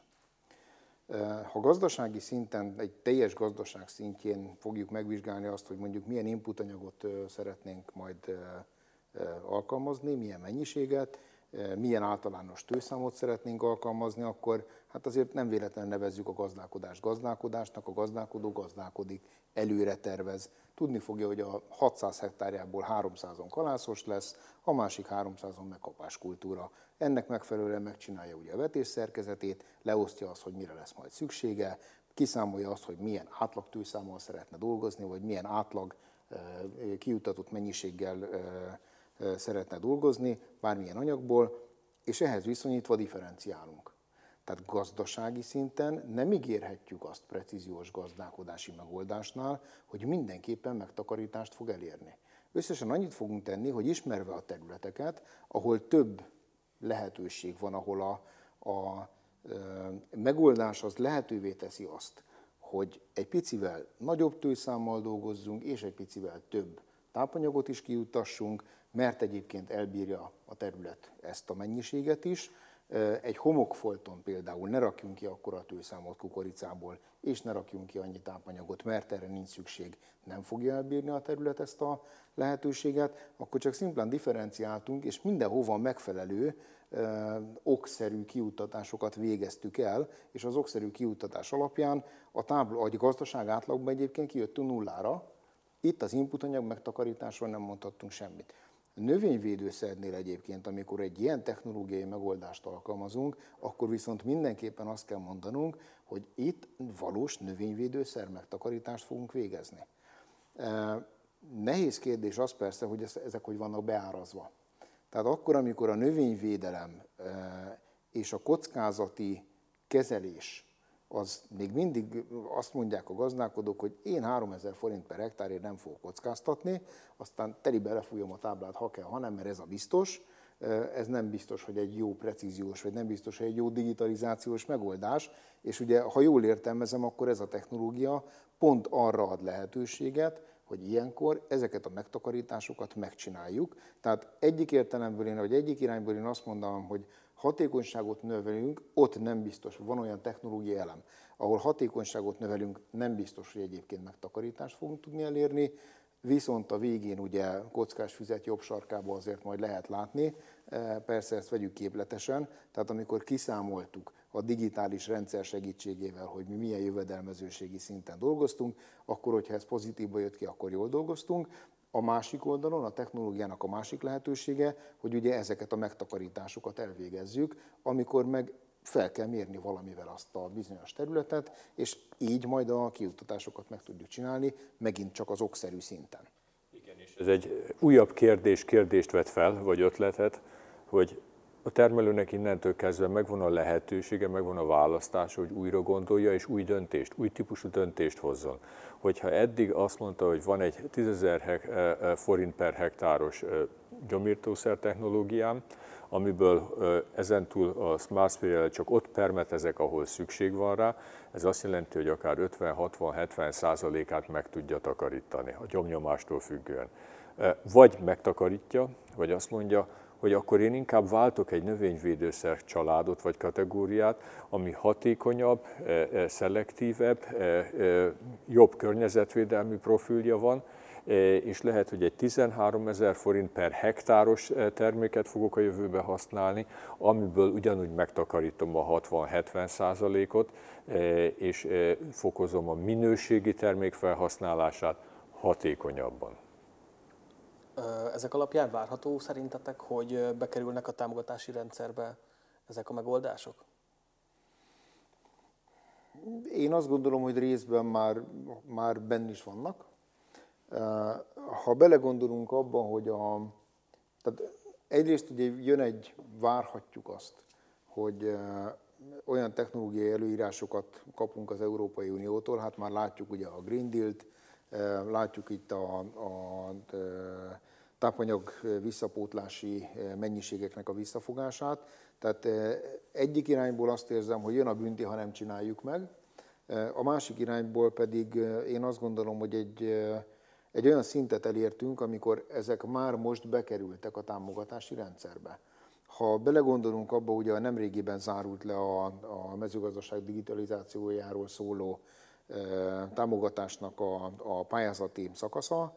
Ha gazdasági szinten, egy teljes gazdaság szintjén fogjuk megvizsgálni azt, hogy mondjuk milyen inputanyagot szeretnénk majd alkalmazni, milyen mennyiséget, milyen általános tőszámot szeretnénk alkalmazni, akkor hát azért nem véletlenül nevezzük a gazdálkodást gazdálkodásnak, a gazdálkodó gazdálkodik, előre tervez. Tudni fogja, hogy a 600 hektárjából 300-on kalászos lesz, a másik 300-on megkapáskultúra. Ennek megfelelően megcsinálja ugye a vetésszerkezetét, leosztja azt, hogy mire lesz majd szüksége, kiszámolja azt, hogy milyen átlagtőszámmal szeretne dolgozni, vagy milyen átlag kijutatott mennyiséggel szeretne dolgozni, bármilyen anyagból, és ehhez viszonyítva differenciálunk. Tehát gazdasági szinten nem ígérhetjük azt precíziós gazdálkodási megoldásnál, hogy mindenképpen megtakarítást fog elérni. Összesen annyit fogunk tenni, hogy ismerve a területeket, ahol több lehetőség van, ahol a megoldás az lehetővé teszi azt, hogy egy picivel nagyobb tőszámmal dolgozzunk, és egy picivel több tápanyagot is kijutassunk, mert egyébként elbírja a terület ezt a mennyiséget is. Egy homokfolton például ne rakjunk ki akkora tőszámot kukoricából, és ne rakjunk ki annyi tápanyagot, mert erre nincs szükség, nem fogja elbírni a terület ezt a lehetőséget, akkor csak szimplán differenciáltunk, és mindenhova megfelelő okszerű kiuttatásokat végeztük el, és az okszerű kiuttatás alapján a gazdaság átlagban egyébként kijöttünk nullára. Itt az inputanyag megtakarításról nem mondhattunk semmit. A növényvédőszernél egyébként, amikor egy ilyen technológiai megoldást alkalmazunk, akkor viszont mindenképpen azt kell mondanunk, hogy itt valós növényvédőszer megtakarítást fogunk végezni. Nehéz kérdés az persze, hogy ezek hogy vannak beárazva. Tehát akkor, amikor a növényvédelem és a kockázati kezelés, az még mindig azt mondják a gazdálkodók, hogy én 3000 forint per hektárért nem fogok kockáztatni, aztán telibe lefújom a táblát, ha kell, ha nem, mert ez a biztos. Ez nem biztos, hogy egy jó precíziós, vagy nem biztos, hogy egy jó digitalizációs megoldás. És ugye, ha jól értelmezem, akkor ez a technológia pont arra ad lehetőséget, hogy ilyenkor ezeket a megtakarításokat megcsináljuk. Tehát egyik értelemből vagy egyik irányból én azt mondanám, hogy hatékonyságot növelünk, ott nem biztos, van olyan technológiai elem, ahol hatékonyságot növelünk, nem biztos, hogy egyébként megtakarítást fogunk tudni elérni, viszont a végén ugye kockás füzet jobb sarkába azért majd lehet látni, persze ezt vegyük képletesen, tehát amikor kiszámoltuk a digitális rendszer segítségével, hogy mi milyen jövedelmezőségi szinten dolgoztunk, akkor, hogyha ez pozitívba jött ki, akkor jól dolgoztunk. A másik oldalon, a technológiának a másik lehetősége, hogy ugye ezeket a megtakarításokat elvégezzük, amikor meg fel kell mérni valamivel azt a bizonyos területet, és így majd a kiuttatásokat meg tudjuk csinálni, megint csak az okszerű szinten. Igen, és ez egy újabb kérdést vet fel, vagy ötletet, hogy a termelőnek innentől kezdve megvan a lehetősége, megvan a választása, hogy újra gondolja és új döntést, új típusú döntést hozzon. Hogyha eddig azt mondta, hogy van egy 10.000 forint per hektáros gyomírtószer technológiám, amiből ezentúl a Smart Spray-rel csak ott permetezek, ahol szükség van rá, ez azt jelenti, hogy akár 50-60-70%-át meg tudja takarítani a gyomnyomástól függően. Vagy megtakarítja, vagy azt mondja, hogy akkor én inkább váltok egy növényvédőszer családot vagy kategóriát, ami hatékonyabb, szelektívebb, jobb környezetvédelmi profilja van, és lehet, hogy egy 13 000 forint per hektáros terméket fogok a jövőbe használni, amiből ugyanúgy megtakarítom a 60-70%-ot, és fokozom a minőségi termék felhasználását hatékonyabban. Ezek alapján várható szerintetek, hogy bekerülnek a támogatási rendszerbe ezek a megoldások? Én azt gondolom, hogy részben már benn is vannak. Ha belegondolunk abba, hogy tehát egyrészt ugye várhatjuk azt, hogy olyan technológiai előírásokat kapunk az Európai Uniótól, hát már látjuk ugye a Green Deal-t, látjuk itt a tápanyag visszapótlási mennyiségeknek a visszafogását. Tehát egyik irányból azt érzem, hogy jön a bünti, ha nem csináljuk meg. A másik irányból pedig én azt gondolom, hogy egy olyan szintet elértünk, amikor ezek már most bekerültek a támogatási rendszerbe. Ha belegondolunk abba, ugye nemrégiben zárult le a mezőgazdaság digitalizációjáról szóló támogatásnak a pályázati szakasza.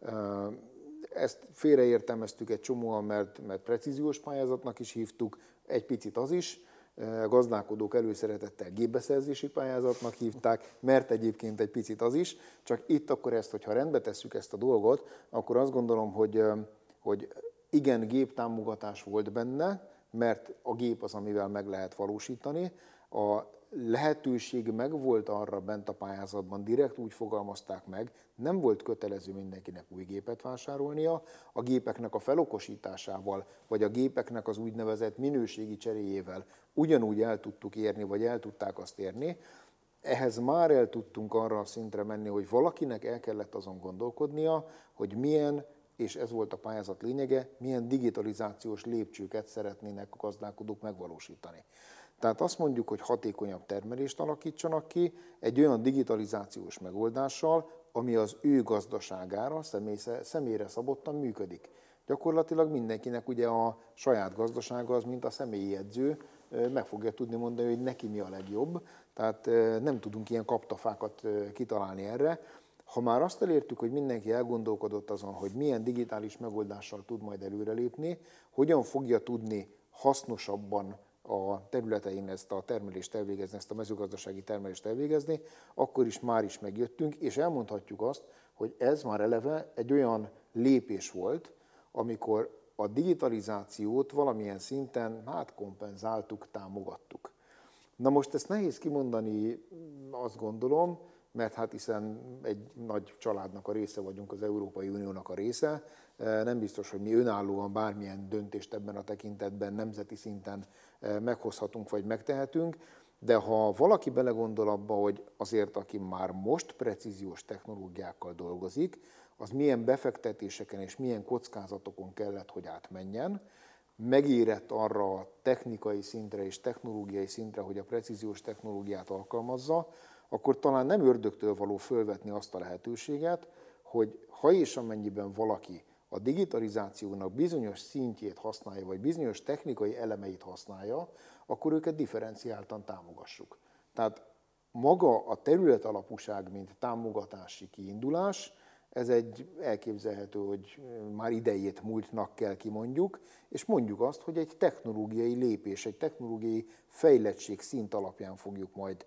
Ezt félreértelmeztük egy csomóan, mert precíziós pályázatnak is hívtuk, egy picit az is. Gazdálkodók előszeretettel gépbeszerzési pályázatnak hívták, mert egyébként egy picit az is. Csak itt akkor hogyha rendbe tesszük ezt a dolgot, akkor azt gondolom, hogy igen, géptámogatás volt benne, mert a gép az, amivel meg lehet valósítani. A lehetőség megvolt arra bent a pályázatban, direkt úgy fogalmazták meg, nem volt kötelező mindenkinek új gépet vásárolnia, a gépeknek a felokosításával, vagy a gépeknek az úgynevezett minőségi cseréjével ugyanúgy el tudtuk érni, vagy el tudták azt érni. Ehhez már el tudtunk arra a szintre menni, hogy valakinek el kellett azon gondolkodnia, hogy milyen, és ez volt a pályázat lényege, milyen digitalizációs lépcsőket szeretnének a gazdálkodók megvalósítani. Tehát azt mondjuk, hogy hatékonyabb termelést alakítsanak ki egy olyan digitalizációs megoldással, ami az ő gazdaságára, személyre szabottan működik. Gyakorlatilag mindenkinek ugye a saját gazdasága az, mint a személyi edző, meg fogja tudni mondani, hogy neki mi a legjobb. Tehát nem tudunk ilyen kaptafákat kitalálni erre. Ha már azt elértük, hogy mindenki elgondolkodott azon, hogy milyen digitális megoldással tud majd előrelépni, hogyan fogja tudni hasznosabban a területein ezt a termelést elvégezni, ezt a mezőgazdasági termelést elvégezni, akkor is már is megjöttünk, és elmondhatjuk azt, hogy ez már eleve egy olyan lépés volt, amikor a digitalizációt valamilyen szinten kompenzáltuk, támogattuk. Na most ezt nehéz kimondani, azt gondolom, mert hiszen egy nagy családnak a része vagyunk, az Európai Uniónak a része. Nem biztos, hogy mi önállóan bármilyen döntést ebben a tekintetben nemzeti szinten meghozhatunk vagy megtehetünk, de ha valaki belegondol abba, hogy azért, aki már most precíziós technológiákkal dolgozik, az milyen befektetéseken és milyen kockázatokon kellett, hogy átmenjen, megérett arra a technikai szintre és technológiai szintre, hogy a precíziós technológiát alkalmazza, akkor talán nem ördögtől való fölvetni azt a lehetőséget, hogy ha és amennyiben valaki a digitalizációnak bizonyos szintjét használja, vagy bizonyos technikai elemeit használja, akkor őket differenciáltan támogassuk. Tehát maga a területalapúság, mint támogatási kiindulás, ez egy elképzelhető, hogy már idejét múltnak kell kimondjuk, és mondjuk azt, hogy egy technológiai lépés, egy technológiai fejlettség szint alapján fogjuk majd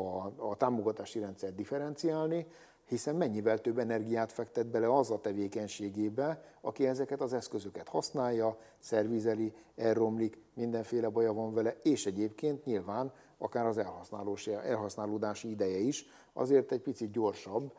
a támogatási rendszert differenciálni, hiszen mennyivel több energiát fektet bele az a tevékenységébe, aki ezeket az eszközöket használja, szervizeli, elromlik, mindenféle baja van vele, és egyébként nyilván akár az elhasználódási ideje is azért egy picit gyorsabb,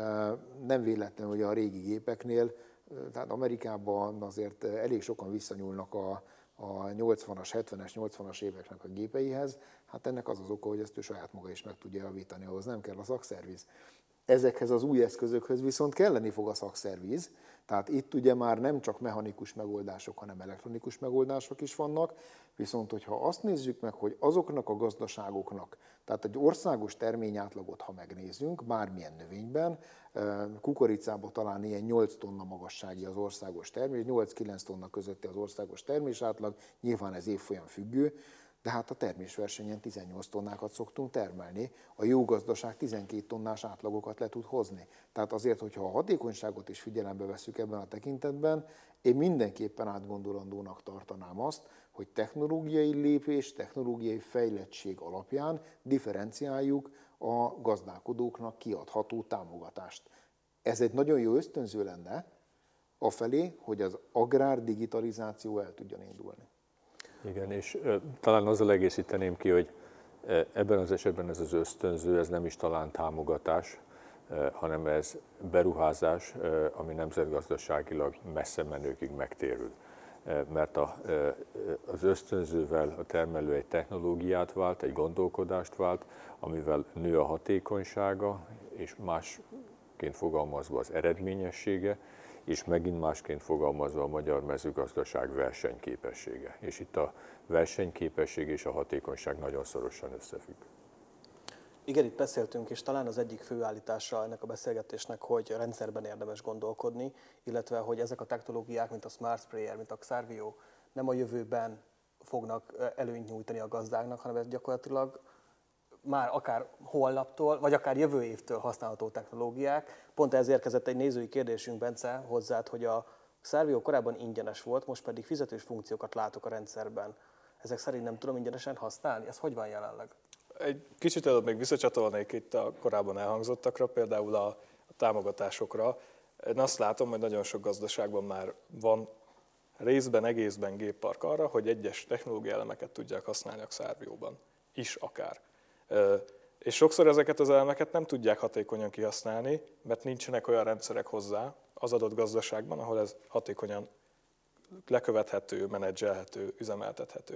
nem véletlenül, hogy a régi gépeknél, tehát Amerikában azért elég sokan visszanyúlnak a a 80-as, 70-es, 80-as éveknek a gépeihez, hát ennek az az oka, hogy ezt ő saját maga is meg tudja javítani, ahhoz nem kell a szakszerviz. Ezekhez az új eszközökhöz viszont kelleni fog a szakszerviz, tehát itt ugye már nem csak mechanikus megoldások, hanem elektronikus megoldások is vannak, viszont hogyha azt nézzük meg, hogy azoknak a gazdaságoknak, tehát egy országos terményátlagot, ha megnézzünk, bármilyen növényben, kukoricában talán ilyen 8 tonna magassági az országos termés, 8-9 tonna közötti az országos termésátlag, nyilván ez évfolyam függő, de hát a termésversenyen 18 tonnákat szoktunk termelni, a jó gazdaság 12 tonnás átlagokat le tud hozni. Tehát azért, hogyha a hatékonyságot is figyelembe vesszük ebben a tekintetben, én mindenképpen átgondolandónak tartanám azt, hogy technológiai lépés, technológiai fejlettség alapján differenciáljuk a gazdálkodóknak kiadható támogatást. Ez egy nagyon jó ösztönző lenne afelé, hogy az agrár digitalizáció el tudjon indulni. Igen, és talán azzal egészíteném ki, hogy ebben az esetben ez az ösztönző, ez nem is talán támogatás, hanem ez beruházás, ami nemzetgazdaságilag messze menőkig megtérül. Mert az ösztönzővel a termelő egy technológiát vált, egy gondolkodást vált, amivel nő a hatékonysága, és másként fogalmazva az eredményessége, és megint másként fogalmazva a magyar mezőgazdaság versenyképessége. És itt a versenyképesség és a hatékonyság nagyon szorosan összefügg. Igen, itt beszéltünk, és talán az egyik fő állítása ennek a beszélgetésnek, hogy a rendszerben érdemes gondolkodni, illetve hogy ezek a technológiák, mint a Smart Sprayer, mint a Xarvio nem a jövőben fognak előnyt nyújtani a gazdáknak, hanem ez gyakorlatilag már akár holnaptól, vagy akár jövő évtől használható technológiák. Pont ez érkezett egy nézői kérdésünk, Bence, hozzád, hogy a Xarvio korábban ingyenes volt, most pedig fizetős funkciókat látok a rendszerben. Ezek szerint nem tudom ingyenesen használni? Ez hogy van jelenleg? Egy kicsit előbb még visszacsatolnék itt a korábban elhangzottakra, például a támogatásokra. Én azt látom, hogy nagyon sok gazdaságban már van részben, egészben géppark arra, hogy egyes technológiai elemeket tudják használni a Xarvio-ban is akár. És sokszor ezeket az elemeket nem tudják hatékonyan kihasználni, mert nincsenek olyan rendszerek hozzá az adott gazdaságban, ahol ez hatékonyan lekövethető, menedzselhető, üzemeltethető.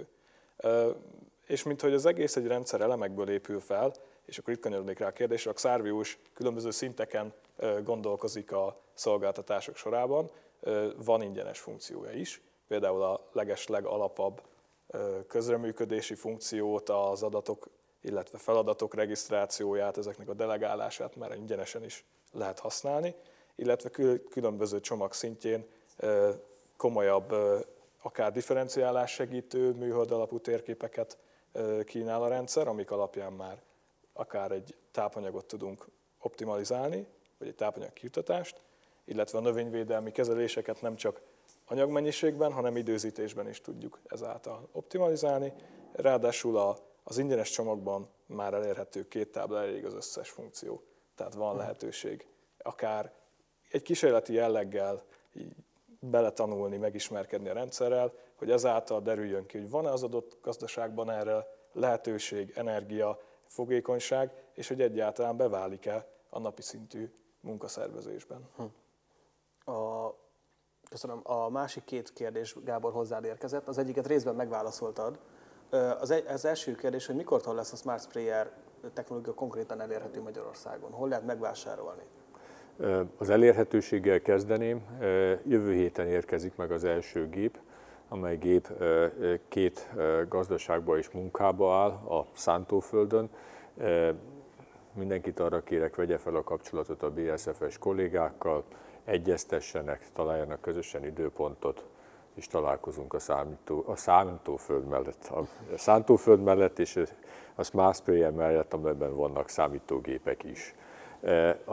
És minthogy az egész egy rendszer elemekből épül fel, és akkor itt kanyarodik rá a kérdésre, a Xarvio is különböző szinteken gondolkozik a szolgáltatások sorában, van ingyenes funkciója is, például a legeslegalapabb közreműködési funkciót, az adatok, illetve feladatok regisztrációját, ezeknek a delegálását már ingyenesen is lehet használni, illetve különböző csomag szintjén komolyabb, akár differenciálás segítő műhold alapú térképeket kínál a rendszer, amik alapján már akár egy tápanyagot tudunk optimalizálni, vagy egy tápanyag kijutatást, illetve a növényvédelmi kezeléseket nem csak anyagmennyiségben, hanem időzítésben is tudjuk ezáltal optimalizálni. Ráadásul az ingyenes csomagban már elérhető 2 tábla elég az összes funkció. Tehát van lehetőség akár egy kísérleti jelleggel beletanulni, megismerkedni a rendszerrel, hogy ezáltal derüljön ki, hogy van-e az adott gazdaságban erre lehetőség, energia, fogékonyság, és hogy egyáltalán beválik-e a napi szintű munkaszervezésben. Köszönöm. A másik 2 kérdés, Gábor, hozzád érkezett. Az egyiket részben megválaszoltad. Az első kérdés, hogy mikortól lesz a Smart Sprayer technológia konkrétan elérhető Magyarországon? Hol lehet megvásárolni? Az elérhetőséggel kezdeném. Jövő héten érkezik meg az első gép, amely gép 2 gazdaságban is munkába áll a szántóföldön. Mindenkit arra kérek, vegye fel a kapcsolatot a BSF-es kollégákkal, egyeztessenek, találjanak közösen időpontot, és találkozunk a szántóföld mellett, a szántóföld mellett és a Smart Sprayer mellett, amelyben vannak számítógépek is. A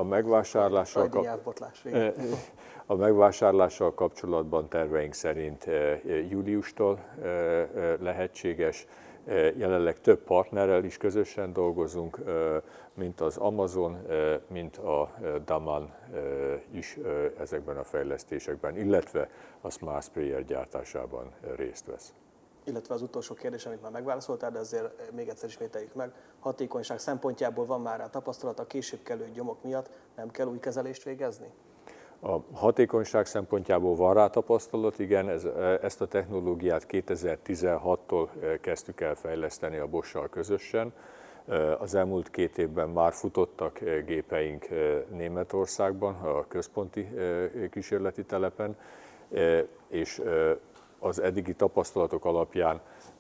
megvásárlással kapcsolatban terveink szerint júliustól lehetséges. Jelenleg több partnerrel is közösen dolgozunk, mint az Amazon, mint a Daman is ezekben a fejlesztésekben, illetve a Smart Sprayer gyártásában részt vesz. Illetve az utolsó kérdés, amit már megválaszoltál, de azért még egyszer ismételjük meg. Hatékonyság szempontjából van már rá tapasztalat, a később kelő gyomok miatt nem kell új kezelést végezni? A hatékonyság szempontjából van rá tapasztalat, igen, ezt a technológiát 2016-tól kezdtük el fejleszteni a Bosch-sal közösen. Az elmúlt 2 évben már futottak gépeink Németországban, a központi kísérleti telepen, és az eddigi tapasztalatok alapján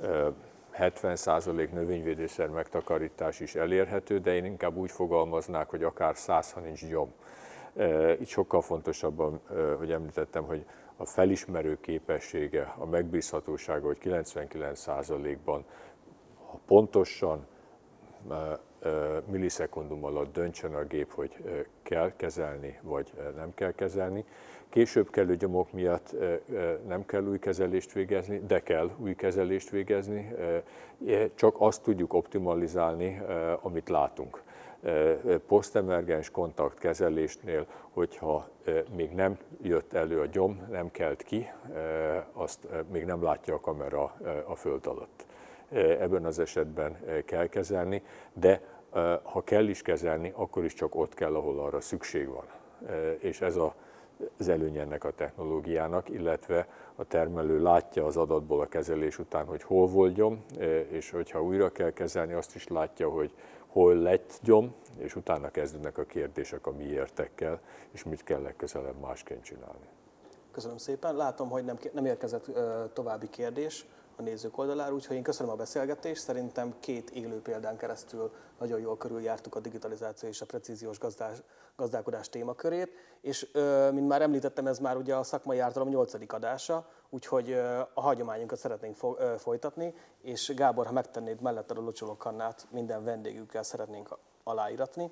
70% növényvédőszer megtakarítás is elérhető, de én inkább úgy fogalmaznák, hogy akár 100, ha nincs gyom. Itt sokkal fontosabb, hogy említettem, hogy a felismerő képessége, a megbízhatósága, hogy 99%-ban pontosan millisekundum alatt döntsön a gép, hogy kell kezelni, vagy nem kell kezelni. Később kelő gyomok miatt nem kell új kezelést végezni, de kell új kezelést végezni, csak azt tudjuk optimalizálni, amit látunk. Posztemergens kontaktkezelésnél, hogyha még nem jött elő a gyom, nem kelt ki, azt még nem látja a kamera a föld alatt. Ebben az esetben kell kezelni, de ha kell is kezelni, akkor is csak ott kell, ahol arra szükség van. És ez az előnye ennek a technológiának, illetve a termelő látja az adatból a kezelés után, hogy hol volt gyom, és hogyha újra kell kezelni, azt is látja, hogy hol lett gyom, és utána kezdődnek a kérdések a miértekkel, és mit kell legközelebb másként csinálni. Köszönöm szépen. Látom, hogy nem érkezett további kérdés a nézők oldalára, úgyhogy én köszönöm a beszélgetést. Szerintem 2 élő példán keresztül nagyon jól körüljártuk a digitalizáció és a precíziós gazdálkodás témakörét, és mint már említettem, ez már ugye a szakmai ártalom 8. adása, úgyhogy a hagyományunkat szeretnénk folytatni, és Gábor, ha megtennéd melletted a locsolókannát, minden vendégükkel szeretnénk aláíratni,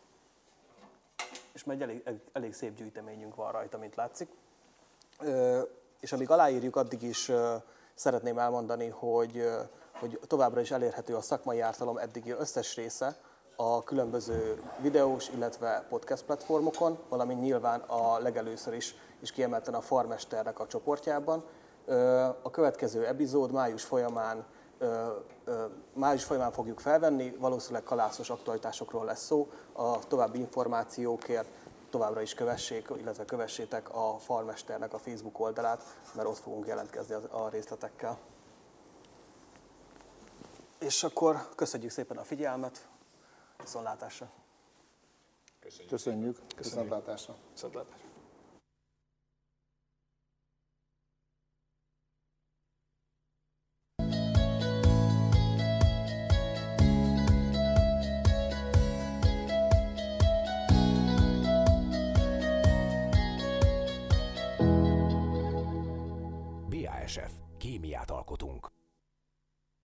és egy elég szép gyűjteményünk van rajta, mint látszik. És amíg aláírjuk, addig is szeretném elmondani, hogy továbbra is elérhető a szakmai ártalom eddigi összes része a különböző videós, illetve podcast platformokon, valamint nyilván a legelőször is kiemelten a Farmesternek a csoportjában. A következő epizód május folyamán fogjuk felvenni, valószínűleg kalászos aktualitásokról lesz szó. A további információkért továbbra is kövessétek a Farmesternek a Facebook oldalát, mert ott fogunk jelentkezni a részletekkel. És akkor köszönjük szépen a figyelmet, viszontlátásra! Köszönjük. Viszontlátásra! Viszontlátásra! BASF. Kémiát alkotunk.